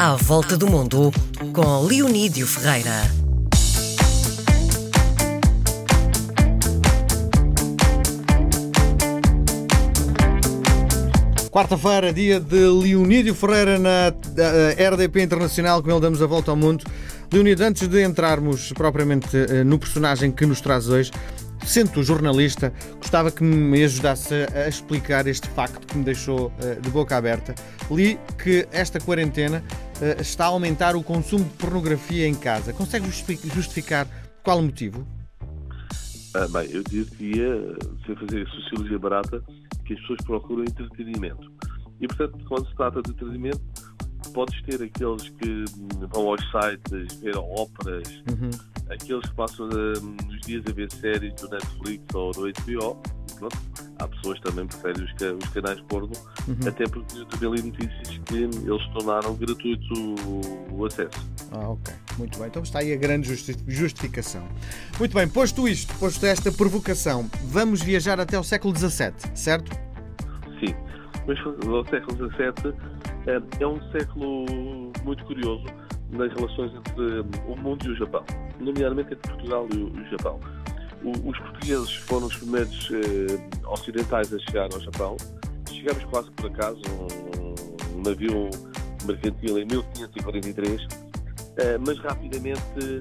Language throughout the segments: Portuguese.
À Volta do Mundo, com Leonídio Ferreira. Quarta-feira, dia de Leonídio Ferreira na RDP Internacional, com ele damos a volta ao mundo. Leonídio, antes de entrarmos propriamente no personagem que nos traz hoje, sendo jornalista, gostava que me ajudasse a explicar este facto que me deixou de boca aberta. Li que esta quarentena está a aumentar o consumo de pornografia em casa. Consegue justificar qual o motivo? Bem, eu dizia, sem fazer sociologia barata, que as pessoas procuram entretenimento. E, portanto, quando se trata de entretenimento, podes ter aqueles que vão aos sites ver óperas, aqueles que passam nos dias a ver séries do Netflix ou do HBO. Pronto. Há pessoas que também preferem os canais porno, até porque eu também li notícias que eles tornaram gratuito o acesso. Ok. Muito bem. Então está aí a grande justificação. Muito bem. Posto esta provocação, vamos viajar até o século XVII, certo? Sim. Mas o século XVII é um século muito curioso nas relações entre o mundo e o Japão, nomeadamente entre Portugal e o Japão. Os portugueses foram os primeiros ocidentais a chegar ao Japão. Chegamos quase por acaso, um navio mercantil em 1543, mas rapidamente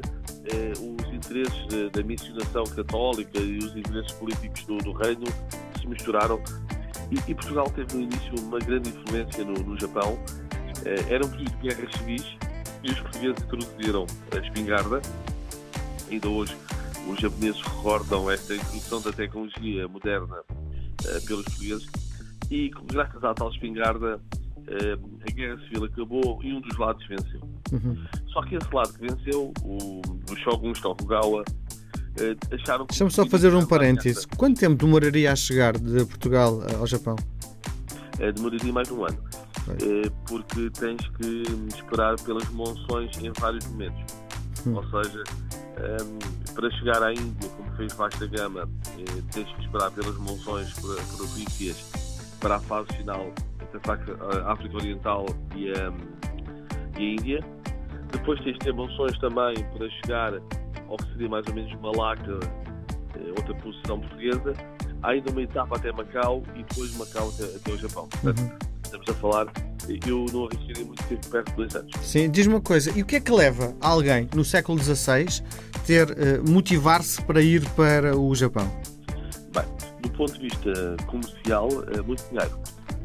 os interesses da missionação católica e os interesses políticos do reino se misturaram e Portugal teve no início uma grande influência no Japão. Era um período de guerras civis e os portugueses introduziram a espingarda. Ainda hoje os japoneses recordam esta introdução da tecnologia moderna pelos portugueses e, graças à tal espingarda, a guerra civil acabou e um dos lados venceu. Só que esse lado que venceu, os shoguns Tokugawa, acharam que... Deixa-me só fazer um parêntese. Quanto tempo demoraria a chegar de Portugal ao Japão? Demoraria mais de um ano. Porque tens que esperar pelas monções em vários momentos. Ou seja, para chegar à Índia, como fez Vasta Gama, tens que esperar pelas monções propícias para a fase final entre a África Oriental e a Índia. Depois tens de ter monções também para chegar ao que seria mais ou menos Malaca, outra posição portuguesa. Há ainda uma etapa até Macau e depois de Macau até o Japão. Portanto, estamos a falar, eu não arriscaria muito tempo, perto de 2 anos. Sim, diz-me uma coisa, e o que é que leva alguém no século XVI motivar-se para ir para o Japão? Bem, do ponto de vista comercial, muito dinheiro.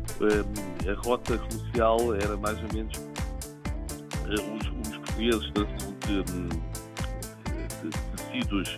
A rota comercial era mais ou menos os portugueses de tecidos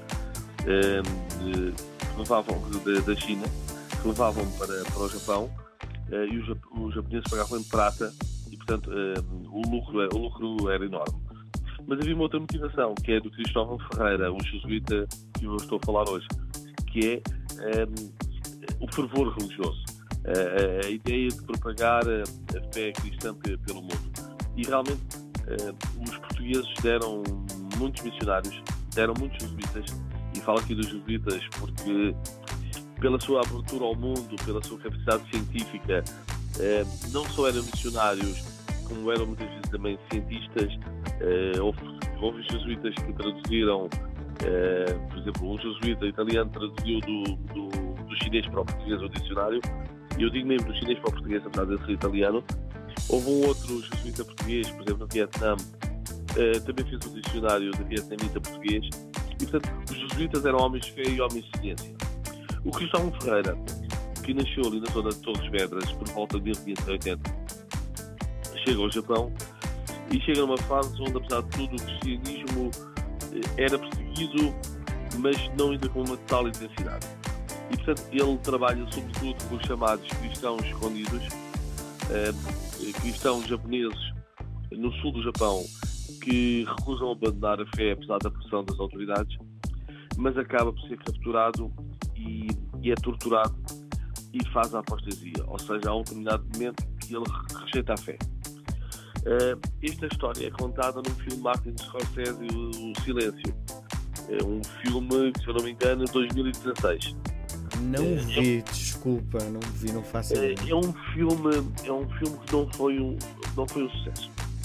que levavam da China, que levavam para o Japão, e os japoneses pagavam em prata e, portanto, o lucro era enorme. Mas havia uma outra motivação, que é do Cristóvão Ferreira, o jesuíta que eu estou a falar hoje, que é o fervor religioso, a ideia de propagar a fé cristã pelo mundo. E realmente os portugueses deram muitos missionários, deram muitos jesuítas, e falo aqui dos jesuítas porque pela sua abertura ao mundo, pela sua capacidade científica, não só eram missionários, como eram muitas vezes também cientistas. Houve jesuítas que traduziram, por exemplo, um jesuíta italiano traduziu do chinês para o português o dicionário, e eu digo mesmo do chinês para o português, apesar de ser italiano. Houve um outro jesuíta português, por exemplo, no Vietnã, também fez o dicionário de vietnamita português, e portanto os jesuítas eram homens de fé e homens de ciência. O Cristóvão Ferreira, que nasceu ali na zona de Torres Vedras por volta de 1580, chega ao Japão e chega numa fase onde, apesar de tudo, o cristianismo era perseguido, mas não ainda com uma tal intensidade. E, portanto, ele trabalha sobretudo com os chamados cristãos escondidos, cristãos japoneses no sul do Japão, que recusam abandonar a fé apesar da pressão das autoridades, mas acaba por ser capturado e é torturado e faz a apostasia, ou seja, há um determinado momento que ele rejeita a fé. Esta história é contada num filme de Martin Scorsese, O Silêncio. É um filme, se eu não me engano, de 2016. Não vi, desculpa, não vi, não faço ideia. É um filme que não foi um sucesso.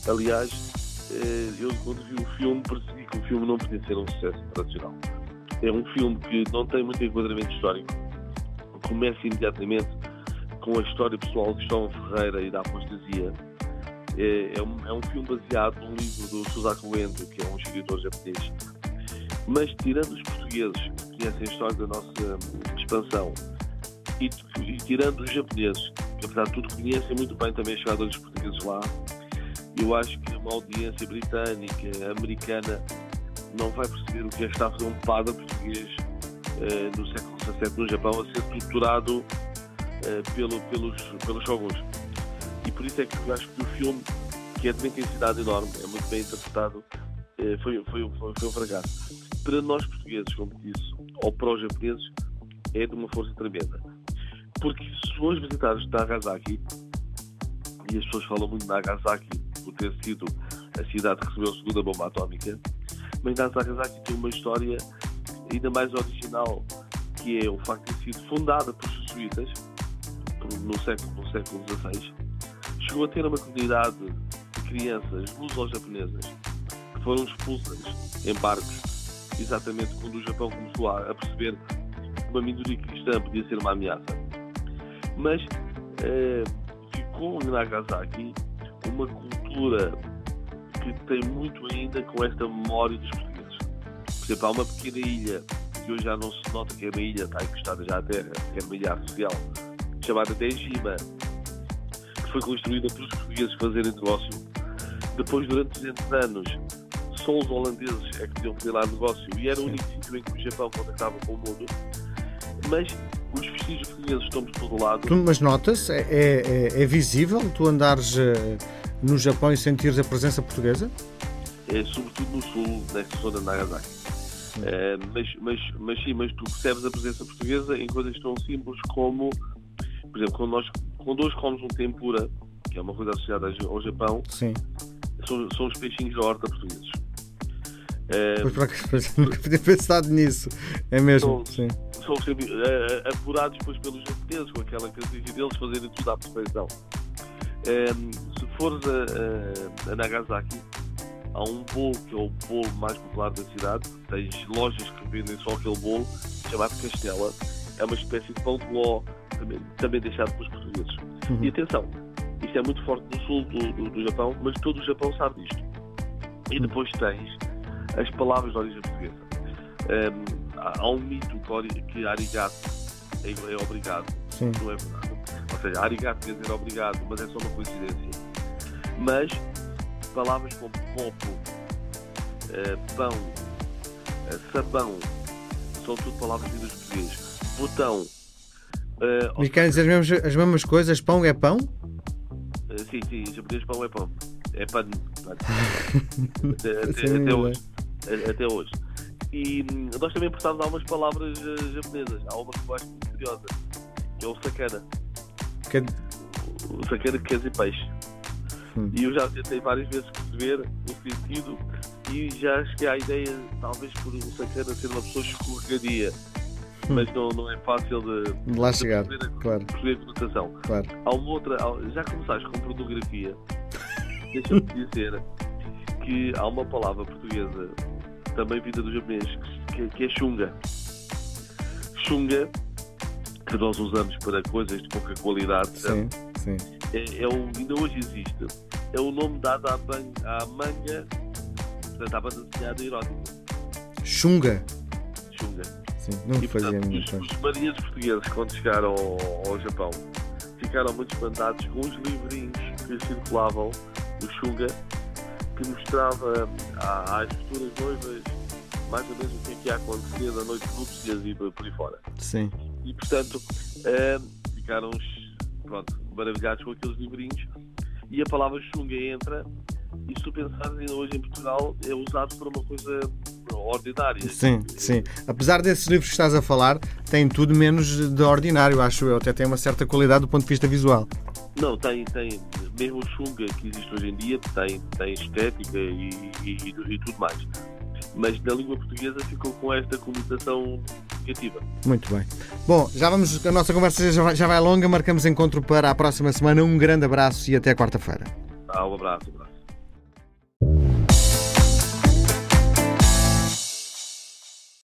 Aliás, eu quando vi o filme percebi que o filme não podia ser um sucesso internacional. É um filme que não tem muito enquadramento histórico. Começa imediatamente com a história pessoal de João Ferreira e da apostasia. É um filme baseado num livro do Suzaku Endo, que é um escritor japonês. Mas tirando os portugueses que conhecem a história da nossa expansão e tirando os japoneses, que apesar de tudo conhecem muito bem também a chegada dos portugueses lá, eu acho que uma audiência britânica, americana, não vai perceber o que é que está a fazer um padre português no século XVII no Japão a ser torturado pelos shoguns. E por isso é que eu acho que o filme, que é de uma intensidade enorme, é muito bem interpretado, foi um fracasso. Para nós portugueses, como disse, ou para os japoneses, é de uma força tremenda. Porque se hoje visitares Nagasaki, e as pessoas falam muito de Nagasaki por ter sido a cidade que recebeu a segunda bomba atómica, mas Nagasaki tem uma história ainda mais original, que é o facto de ter sido fundada por jesuítas no século XVI. Chegou a ter uma comunidade de crianças luso-japonesas que foram expulsas em barcos, exatamente quando o Japão começou a perceber que uma minoria cristã podia ser uma ameaça. Mas ficou em Nagasaki uma cultura que tem muito ainda com esta memória dos portugueses. Por exemplo, há uma pequena ilha que hoje já não se nota que é uma ilha, está encostada já à terra, que é uma ilha artificial, chamada Dejima, que foi construída pelos portugueses fazerem negócio. Depois, durante 200 anos, só os holandeses é que podiam fazer lá negócio e era o único sítio em que o Japão contactava com o mundo. Mas os vestígios portugueses estão por todo lado. Mas nota-se, é visível tu andares no Japão e sentires a presença portuguesa? Sobretudo no sul, nesta zona de Nagasaki. Mas tu percebes a presença portuguesa em coisas tão simples como, por exemplo, quando hoje comemos um tempura, que é uma coisa associada ao Japão, sim, são os peixinhos da horta portugueses. Nunca tinha pensado nisso. É mesmo? São apurados depois pelos japoneses, com aquela característica deles fazerem tudo à perfeição. Se fores a Nagasaki, há um bolo que é o bolo mais popular da cidade. Tens lojas que vendem só aquele bolo, chamado Castela. É uma espécie de pão de ló, também deixado pelos portugueses. E atenção, isto é muito forte no sul do Japão, mas todo o Japão sabe disto. E depois tens as palavras de origem portuguesa. Há um mito que arigato é obrigado. Sim. Não é verdade. Ou seja, arigato quer dizer obrigado, mas é só uma coincidência. Mas palavras como copo, pão, sabão, são tudo palavras vindas de português. Botão. E querem dizer as mesmas coisas? Pão é pão? Sim, em japonês pão é pão. É pan. Até hoje. E nós também importámos algumas palavras japonesas. Há uma que eu acho muito curiosa, que é o sakana. O sakana quer dizer peixe. E eu já tentei várias vezes perceber o sentido e já cheguei à ideia, talvez por o sakana ser uma pessoa escorregadia. Mas não é fácil de lá chegar, claro. Perceber a conotação. Claro. Há uma outra, já começaste com pornografia, deixa-me dizer que há uma palavra portuguesa, também vinda do japonês, que é chunga. Chunga, que nós usamos para coisas de pouca qualidade. Sim, sim. Ainda hoje existe. É o nome dado à manga, portanto, à banda desenhada erótica. Chunga. Sim, não fazia muito. Os marinheiros portugueses, quando chegaram ao Japão, ficaram muito espantados com os livrinhos que circulavam, o Chunga, que mostrava às futuras noivas mais ou menos o que ia acontecer na noite de núpcias e por aí fora. Sim. E, portanto, ficaram maravilhados com aqueles livrinhos e a palavra Chunga entra. E se tu pensares, ainda hoje em Portugal é usado para uma coisa ordinária. Sim. Apesar desses livros que estás a falar, tem tudo menos de ordinário, acho eu. Até tem uma certa qualidade do ponto de vista visual. Não, tem. Mesmo o Chunga que existe hoje em dia tem estética e tudo mais. Mas na língua portuguesa ficou com esta conotação negativa. Muito bem. Bom, a nossa conversa já vai longa. Marcamos encontro para a próxima semana. Um grande abraço e até quarta-feira. Um abraço.